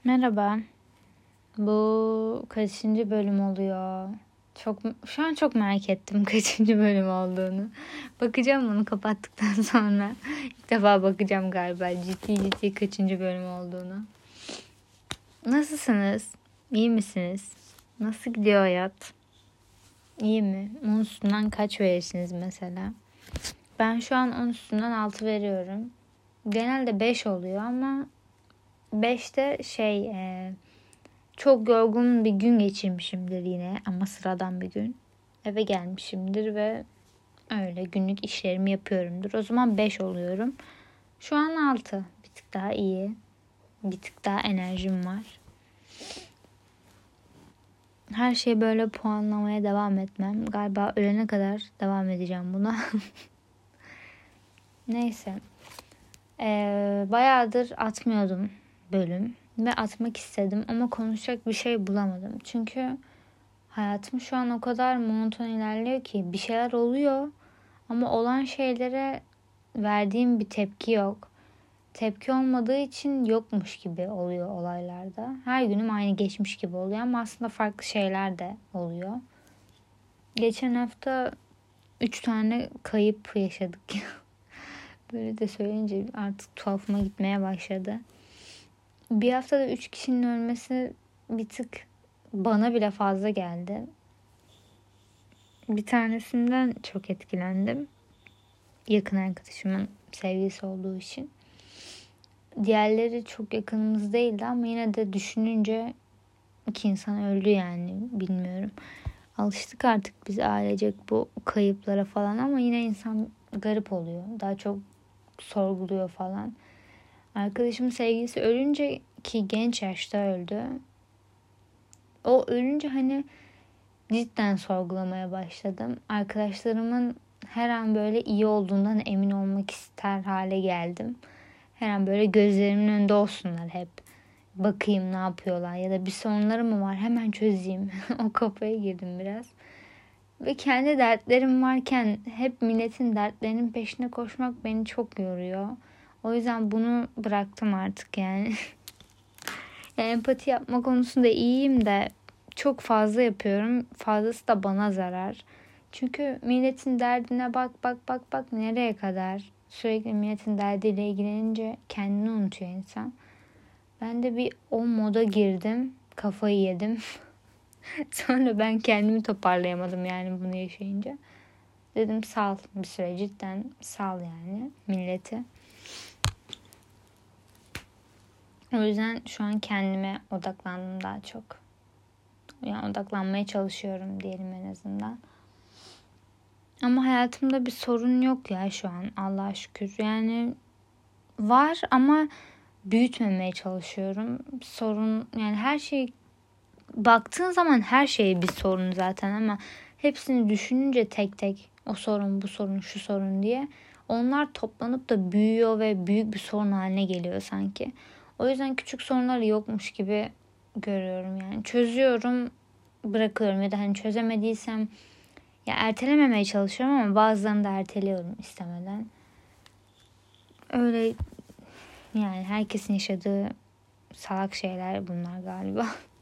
Merhaba. Bu kaçıncı bölüm oluyor? Şu an çok merak ettim kaçıncı bölüm olduğunu. Bakacağım onu kapattıktan sonra. İlk defa bakacağım galiba ciddi kaçıncı bölüm olduğunu. Nasılsınız? İyi misiniz? Nasıl gidiyor hayat? İyi mi? 10 üstünden kaç verirsiniz mesela? Ben şu an 10 üstünden 6 veriyorum. Genelde 5 oluyor ama 5'te çok yorgun bir gün geçirmişimdir yine ama sıradan bir gün. Eve gelmişimdir ve öyle günlük işlerimi yapıyorumdur. O zaman 5 oluyorum. Şu an 6. Bir tık daha iyi. Bir tık daha enerjim var. Her şeyi böyle puanlamaya devam etmem. Galiba ölene kadar devam edeceğim buna. Neyse. Bayağıdır atmıyordum bölüm. Ve atmak istedim ama konuşacak bir şey bulamadım. Çünkü hayatım şu an o kadar monoton ilerliyor ki bir şeyler oluyor ama olan şeylere verdiğim bir tepki yok. Tepki olmadığı için yokmuş gibi oluyor olaylarda. Her günüm aynı geçmiş gibi oluyor ama aslında farklı şeyler de oluyor. Geçen hafta 3 tane kayıp yaşadık. Böyle de söyleyince artık tuhafıma gitmeye başladı. Bir haftada 3 kişinin ölmesi bir tık bana bile fazla geldi. Bir tanesinden çok etkilendim. Yakın arkadaşımın sevgilisi olduğu için. Diğerleri çok yakınımız değildi ama yine de düşününce 2 insan öldü yani bilmiyorum. Alıştık artık biz ailecek bu kayıplara falan ama yine insan garip oluyor. Daha çok sorguluyor falan. Arkadaşımın sevgilisi ölünce ki genç yaşta öldü. O ölünce hani cidden sorgulamaya başladım. Arkadaşlarımın her an böyle iyi olduğundan emin olmak ister hale geldim. Her an böyle gözlerimin önünde olsunlar hep. Bakayım ne yapıyorlar ya da bir sorunları mı var hemen çözeyim. O kafaya girdim biraz. Ve kendi dertlerim varken hep milletin dertlerinin peşine koşmak beni çok yoruyor. O yüzden bunu bıraktım artık yani. Yani empati yapma konusunda iyiyim de çok fazla yapıyorum. Fazlası da bana zarar. Çünkü milletin derdine bak nereye kadar? Sürekli milletin derdiyle ilgilenince kendini unutuyor insan. Ben de bir o moda girdim. Kafayı yedim. Sonra ben kendimi toparlayamadım yani bunu yaşayınca. Dedim sal bir süre cidden sal yani milleti. O yüzden şu an kendime odaklandım daha çok. Yani odaklanmaya çalışıyorum diyelim en azından. Ama hayatımda bir sorun yok ya şu an Allah'a şükür. Yani var ama büyütmemeye çalışıyorum. Sorun yani her şey baktığın zaman her şey bir sorun zaten ama hepsini düşününce tek tek o sorun bu sorun şu sorun diye onlar toplanıp da büyüyor ve büyük bir sorun haline geliyor sanki. O yüzden küçük sorunları yokmuş gibi görüyorum yani. Çözüyorum, bırakıyorum ya da hani çözemediysem ya ertelememeye çalışıyorum ama bazılarını da erteliyorum istemeden. Öyle yani herkesin yaşadığı salak şeyler bunlar galiba.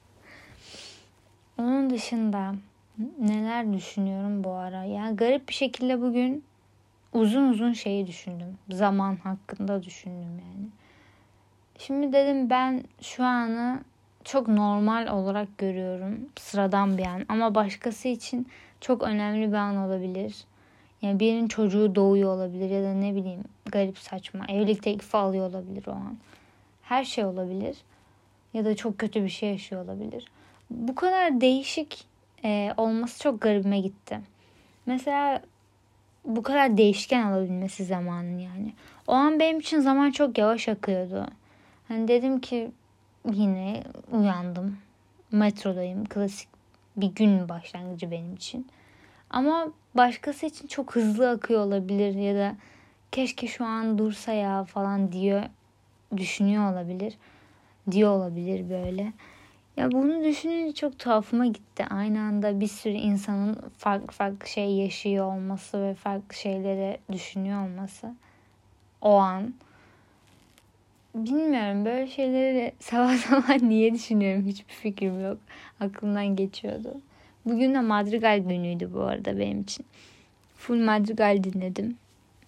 Onun dışında neler düşünüyorum bu ara? Ya garip bir şekilde bugün uzun şeyi düşündüm. Zaman hakkında düşündüm yani. Şimdi dedim ben şu anı çok normal olarak görüyorum. Sıradan bir an ama başkası için çok önemli bir an olabilir. Yani birinin çocuğu doğuyor olabilir ya da ne bileyim garip saçma evlilik teklifi alıyor olabilir o an. Her şey olabilir ya da çok kötü bir şey yaşıyor olabilir. Bu kadar değişik olması çok garibime gitti. Mesela bu kadar değişken olabilmesi zamanın yani. O an benim için zaman çok yavaş akıyordu. Hani dedim ki yine uyandım. Metrodayım. Klasik bir gün başlangıcı benim için. Ama başkası için çok hızlı akıyor olabilir ya da keşke şu an dursa ya falan düşünüyor olabilir. Diyor olabilir böyle. Ya bunu düşününce çok tuhafıma gitti. Aynı anda bir sürü insanın farklı şey yaşıyor olması ve farklı şeyleri düşünüyor olması. O an. bilmiyorum, böyle şeyleri sabah sabah niye düşünüyorum hiçbir fikrim yok. Aklımdan geçiyordu. Bugün de Madrigal günüydü bu arada benim için. Full Madrigal dinledim.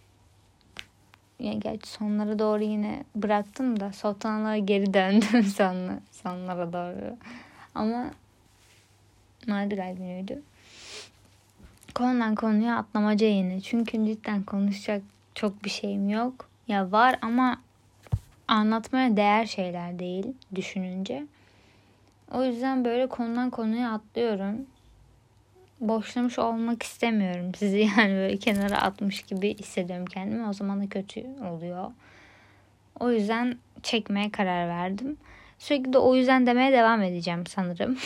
Yani gerçi sonlara doğru yine bıraktım da Sultanlara geri döndüm sonlara doğru. Ama Madrigal günüydü. Konudan konuya atlamaca yine. Çünkü cidden konuşacak çok bir şeyim yok. Ya var ama anlatmaya değer şeyler değil düşününce. O yüzden böyle konudan konuya atlıyorum. Boşlamış olmak istemiyorum sizi, yani böyle kenara atmış gibi hissediyorum kendimi. O zaman da kötü oluyor. O yüzden çekmeye karar verdim. Sürekli de o yüzden demeye devam edeceğim sanırım.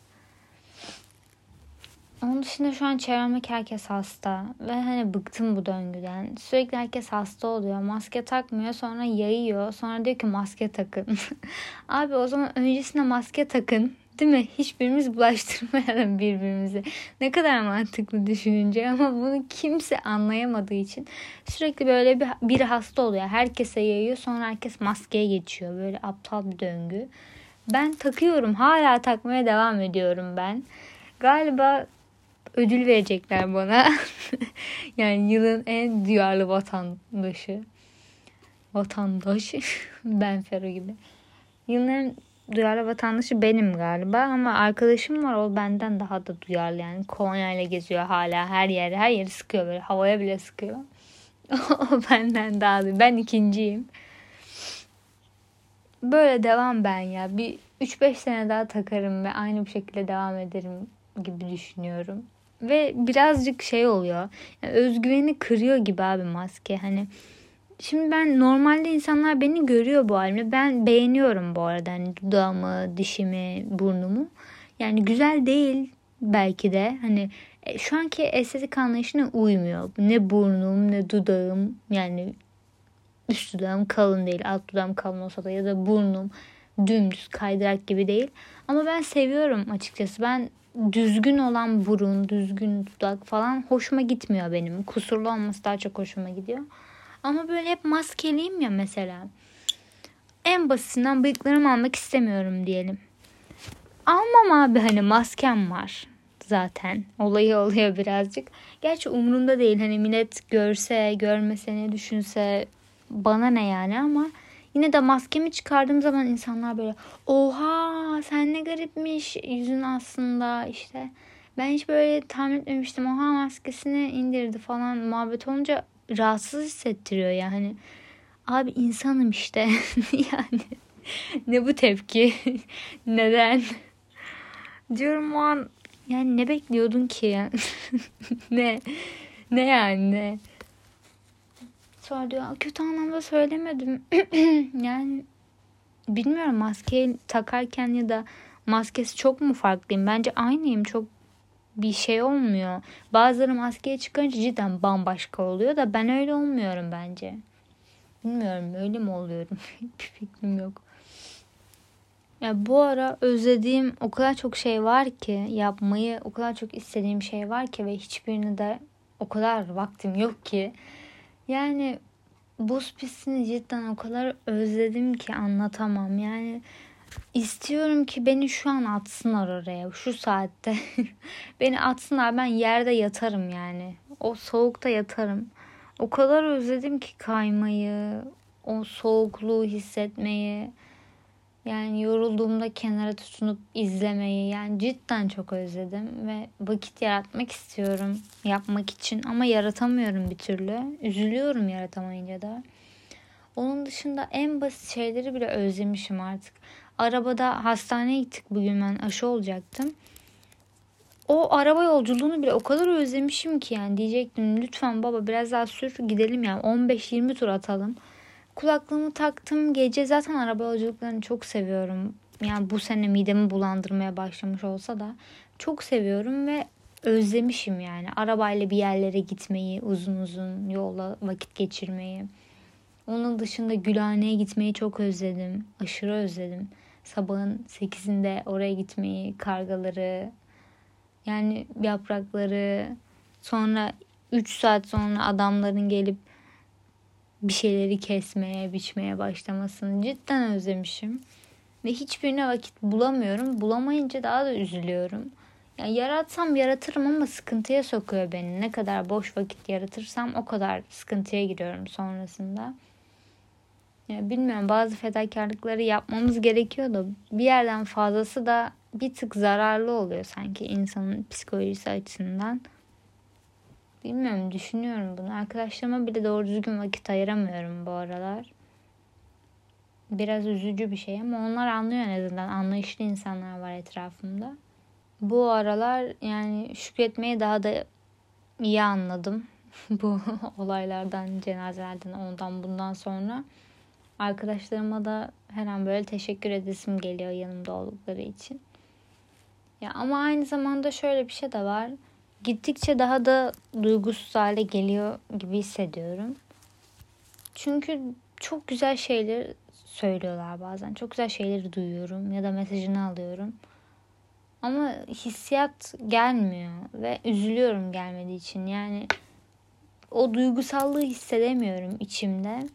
Onun dışında şu an çevremdeki herkes hasta. Ve hani bıktım bu döngüden. Sürekli herkes hasta oluyor. Maske takmıyor. Sonra yayıyor. Sonra diyor ki maske takın. Abi o zaman öncesinde maske takın. Değil mi? Hiçbirimiz bulaştırmayalım birbirimizi. Ne kadar mantıklı düşününce, ama bunu kimse anlayamadığı için sürekli böyle bir hasta oluyor. Herkese yayıyor. Sonra herkes maskeye geçiyor. Böyle aptal bir döngü. Ben takıyorum. Hala takmaya devam ediyorum ben. Galiba ödül verecekler bana. Yani yılın en duyarlı vatandaşı. Vatandaş. Ben Fero gibi. Yılın en duyarlı vatandaşı benim galiba. Ama arkadaşım var, o benden daha da duyarlı. Yani Konya ile geziyor hala. Her yeri sıkıyor böyle. Havaya bile sıkıyor. O benden daha duyarlı. Ben ikinciyim. Böyle devam ben ya. Bir 3-5 sene daha takarım ve aynı bir şekilde devam ederim gibi düşünüyorum. Ve birazcık şey oluyor. Yani özgüveni kırıyor gibi abi maske. Hani şimdi ben normalde insanlar beni görüyor bu halimle. Ben beğeniyorum bu arada. Hani dudağımı, dişimi, burnumu. Yani güzel değil belki de. Hani şu anki estetik anlayışına uymuyor. Ne burnum ne dudağım, yani üst dudağım kalın değil. Alt dudağım kalın olsa da, ya da burnum dümdüz kaydırak gibi değil. Ama ben seviyorum açıkçası. Ben düzgün olan burun, düzgün dudak falan hoşuma gitmiyor benim. Kusurlu olması daha çok hoşuma gidiyor. Ama böyle hep maskeliyim ya mesela. En basitinden bıyıklarımı almak istemiyorum diyelim. Almam abi, hani maskem var zaten. Olayı oluyor birazcık. Gerçi umurumda değil. Hani millet görse, görmese, ne düşünse bana ne yani, ama yine de maskemi çıkardığım zaman insanlar böyle oha sen ne garipmiş yüzün aslında, işte ben hiç böyle tahmin etmemiştim, oha maskesini indirdi falan muhabbet olunca rahatsız hissettiriyor yani. Abi insanım işte. Yani ne bu tepki? Neden? Diyorum o an, yani ne bekliyordun ki ya? Ne? Ne yani ne? Sonra diyor kötü anlamda söylemedim. Yani bilmiyorum, maskeyi takarken ya da maskesi çok mu farklıyım? Bence aynıyım. Çok bir şey olmuyor. Bazıları maskeye çıkınca cidden bambaşka oluyor da ben öyle olmuyorum bence. Bilmiyorum, öyle mi oluyorum? Bir fikrim yok. Ya bu ara özlediğim o kadar çok şey var ki, yapmayı o kadar çok istediğim şey var ki ve hiçbirini de o kadar vaktim yok ki. Yani buz pistini cidden o kadar özledim ki anlatamam. Yani istiyorum ki beni şu an atsınlar oraya, şu saatte. Beni atsınlar, ben yerde yatarım yani. O soğukta yatarım. O kadar özledim ki kaymayı, o soğukluğu hissetmeyi. Yani yorulduğumda kenara tutunup izlemeyi, yani cidden çok özledim ve vakit yaratmak istiyorum yapmak için, ama yaratamıyorum bir türlü. Üzülüyorum yaratamayınca da. Onun dışında en basit şeyleri bile özlemişim artık. Arabada hastaneye gittik bugün, ben aşı olacaktım. O araba yolculuğunu bile o kadar özlemişim ki, yani diyecektim lütfen baba biraz daha sür gidelim, yani 15-20 tur atalım. Kulaklığımı taktım gece, zaten araba yolculuklarını çok seviyorum. Yani bu sene midemi bulandırmaya başlamış olsa da çok seviyorum ve özlemişim yani. Arabayla bir yerlere gitmeyi, uzun uzun yolla vakit geçirmeyi. Onun dışında Gülhane'ye gitmeyi çok özledim. Aşırı özledim. Sabahın 8'inde oraya gitmeyi, kargaları, yani yaprakları, sonra 3 saat sonra adamların gelip bir şeyleri kesmeye, biçmeye başlamasını cidden özlemişim. Ve hiçbirine vakit bulamıyorum. Bulamayınca daha da üzülüyorum. Yani yaratsam yaratırım ama sıkıntıya sokuyor beni. Ne kadar boş vakit yaratırsam o kadar sıkıntıya giriyorum sonrasında. Ya bilmiyorum, bazı fedakarlıkları yapmamız gerekiyor da bir yerden fazlası da bir tık zararlı oluyor sanki insanın psikolojisi açısından. Bilmiyorum, düşünüyorum bunu. Arkadaşlarıma bile doğru düzgün vakit ayıramıyorum bu aralar. Biraz üzücü bir şey ama onlar anlıyor en azından. Anlayışlı insanlar var etrafımda. Bu aralar yani şükretmeyi daha da iyi anladım. Bu olaylardan, cenazelerden, ondan bundan sonra. Arkadaşlarıma da her an böyle teşekkür edesim geliyor yanımda oldukları için. Ya ama aynı zamanda şöyle bir şey de var. Gittikçe daha da duygusuz hale geliyor gibi hissediyorum. Çünkü çok güzel şeyler söylüyorlar bazen. Çok güzel şeyleri duyuyorum ya da mesajını alıyorum. Ama hissiyat gelmiyor ve üzülüyorum gelmediği için. Yani o duygusallığı hissedemiyorum içimde.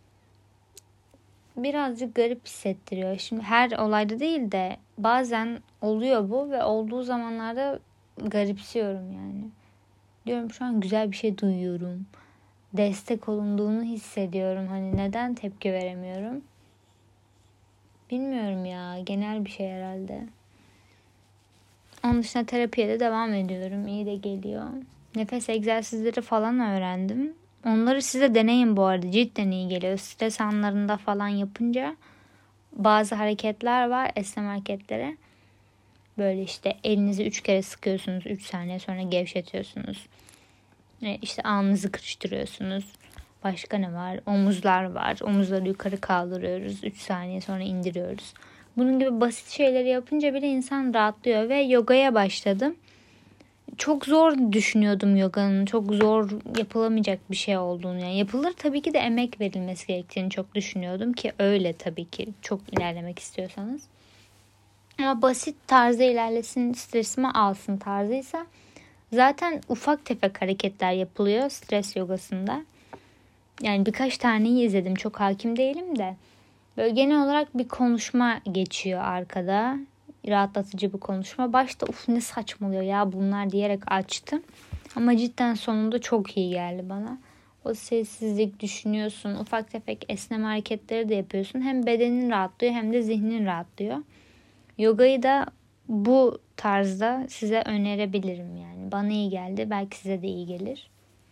Birazcık garip hissettiriyor. Şimdi her olayda değil de bazen oluyor bu ve olduğu zamanlarda garipsiyorum yani. Diyorum şu an güzel bir şey duyuyorum. Destek olunduğunu hissediyorum. Hani neden tepki veremiyorum? Bilmiyorum ya. Genel bir şey herhalde. Onun dışında terapiye de devam ediyorum. İyi de geliyor. Nefes egzersizleri falan öğrendim. Onları size deneyin bu arada. Cidden iyi geliyor. Stres anlarında falan yapınca bazı hareketler var. Esneme hareketleri. Böyle işte elinizi 3 kere sıkıyorsunuz. 3 saniye sonra gevşetiyorsunuz. İşte alnınızı kırıştırıyorsunuz. Başka ne var? Omuzlar var. Omuzları yukarı kaldırıyoruz. 3 saniye sonra indiriyoruz. Bunun gibi basit şeyleri yapınca bile insan rahatlıyor ve yogaya başladım. Çok zor düşünüyordum yoganın. Çok zor, yapılamayacak bir şey olduğunu. Yani yapılır, tabii ki de emek verilmesi gerektiğini çok düşünüyordum ki öyle, tabii ki çok ilerlemek istiyorsanız. Ama basit tarzda ilerlesin, stresimi alsın tarzıysa zaten ufak tefek hareketler yapılıyor stres yogasında. Yani birkaç taneyi izledim. Çok hakim değilim de. Böyle genel olarak bir konuşma geçiyor arkada. Rahatlatıcı bir konuşma. Başta ne saçmalıyor ya bunlar diyerek açtım. Ama cidden sonunda çok iyi geldi bana. O sessizlik, düşünüyorsun. Ufak tefek esneme hareketleri de yapıyorsun. Hem bedenin rahatlıyor hem de zihnin rahatlıyor. Yogayı da bu tarzda size önerebilirim yani. Bana iyi geldi. Belki size de iyi gelir.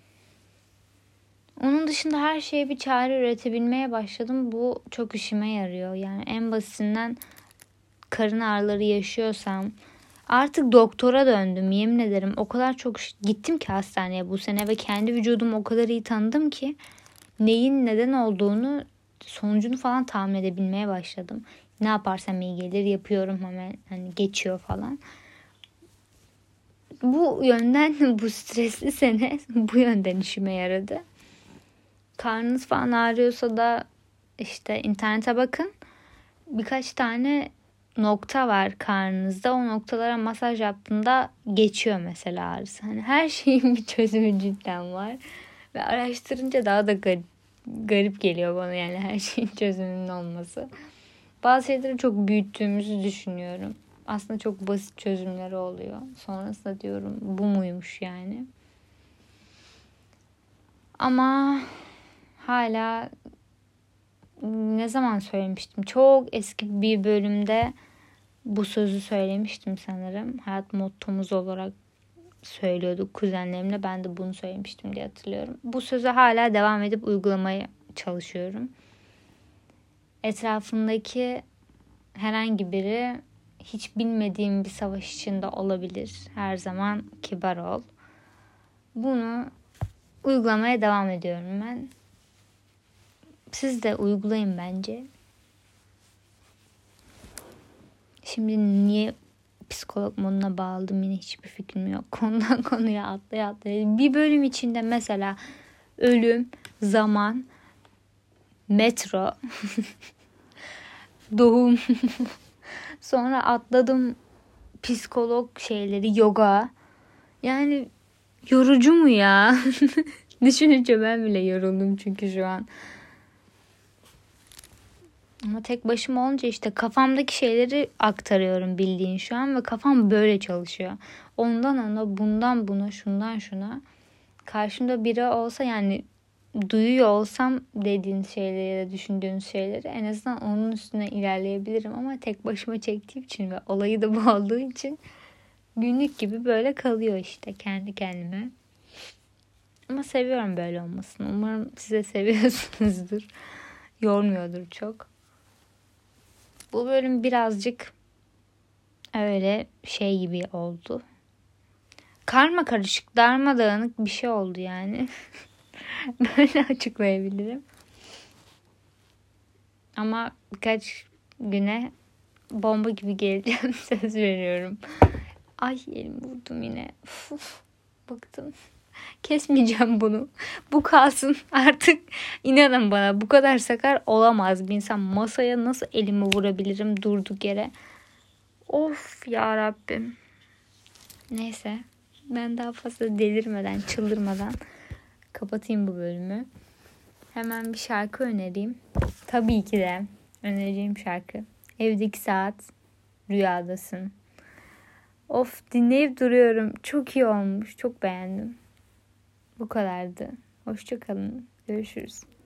Onun dışında her şeye bir çare üretebilmeye başladım. Bu çok işime yarıyor. Yani en basitinden karın ağrıları yaşıyorsam artık doktora döndüm. Yemin ederim o kadar çok gittim ki hastaneye bu sene ve kendi vücudumu o kadar iyi tanıdım ki neyin neden olduğunu, sonucunu falan tahmin edebilmeye başladım. Ne yaparsam iyi gelir yapıyorum, hemen hani geçiyor falan. Bu yönden bu stresli sene bu yönden işime yaradı. Karnınız falan ağrıyorsa da işte internete bakın. Birkaç tane nokta var karnınızda. O noktalara masaj yaptığında geçiyor mesela ağrısı. Hani her şeyin bir çözümü cidden var. Ve araştırınca daha da garip geliyor bana yani her şeyin çözümünün olması. Bazı şeyleri çok büyüttüğümüzü düşünüyorum. Aslında çok basit çözümleri oluyor. Sonrasında diyorum bu muymuş yani. Ama hala ne zaman söylemiştim? Çok eski bir bölümde bu sözü söylemiştim sanırım. Hayat mottomuz olarak söylüyorduk kuzenlerimle. Ben de bunu söylemiştim diye hatırlıyorum. Bu sözü hala devam edip uygulamaya çalışıyorum. Etrafındaki herhangi biri hiç bilmediğim bir savaş içinde olabilir. Her zaman kibar ol. Bunu uygulamaya devam ediyorum ben. Siz de uygulayın bence. Şimdi niye psikolog moduna bağladım yine hiçbir fikrim yok. Konudan konuya atlaya. Bir bölüm içinde mesela ölüm, zaman, metro, doğum. Sonra atladım psikolog şeyleri, yoga. Yani yorucu mu ya? Düşününce ben bile yoruldum çünkü şu an. Ama tek başıma olunca işte kafamdaki şeyleri aktarıyorum bildiğin şu an ve kafam böyle çalışıyor. Ondan ona, bundan buna, şundan şuna. Karşımda biri olsa yani duyuyor olsam dediğin şeyleri ya da düşündüğün şeyleri en azından onun üstüne ilerleyebilirim ama tek başıma çektiğim için ve olayı da bu olduğu için günlük gibi böyle kalıyor işte kendi kendime. Ama seviyorum böyle olmasını. Umarım siz de seviyorsunuzdur. Yormuyordur çok. Bu bölüm birazcık öyle şey gibi oldu. Karma karışık, darmadağınık bir şey oldu yani. Böyle açıklayabilirim. Ama birkaç güne bomba gibi geleceğim. Söz veriyorum. Ay elim vurdum yine. Uf, bıktım. Kesmeyeceğim bunu. Bu kalsın artık. İnanın bana bu kadar sakar olamaz bir insan. Masaya nasıl elimi vurabilirim durduk yere. Of ya Rabbim. Neyse. Ben daha fazla delirmeden, çıldırmadan kapatayım bu bölümü. Hemen bir şarkı önereyim. Tabii ki de önereceğim şarkı. Evdeki Saat, Rüyadasın. Of dinleyip duruyorum. Çok iyi olmuş. Çok beğendim. Bu kadardı. Hoşça kalın. Görüşürüz.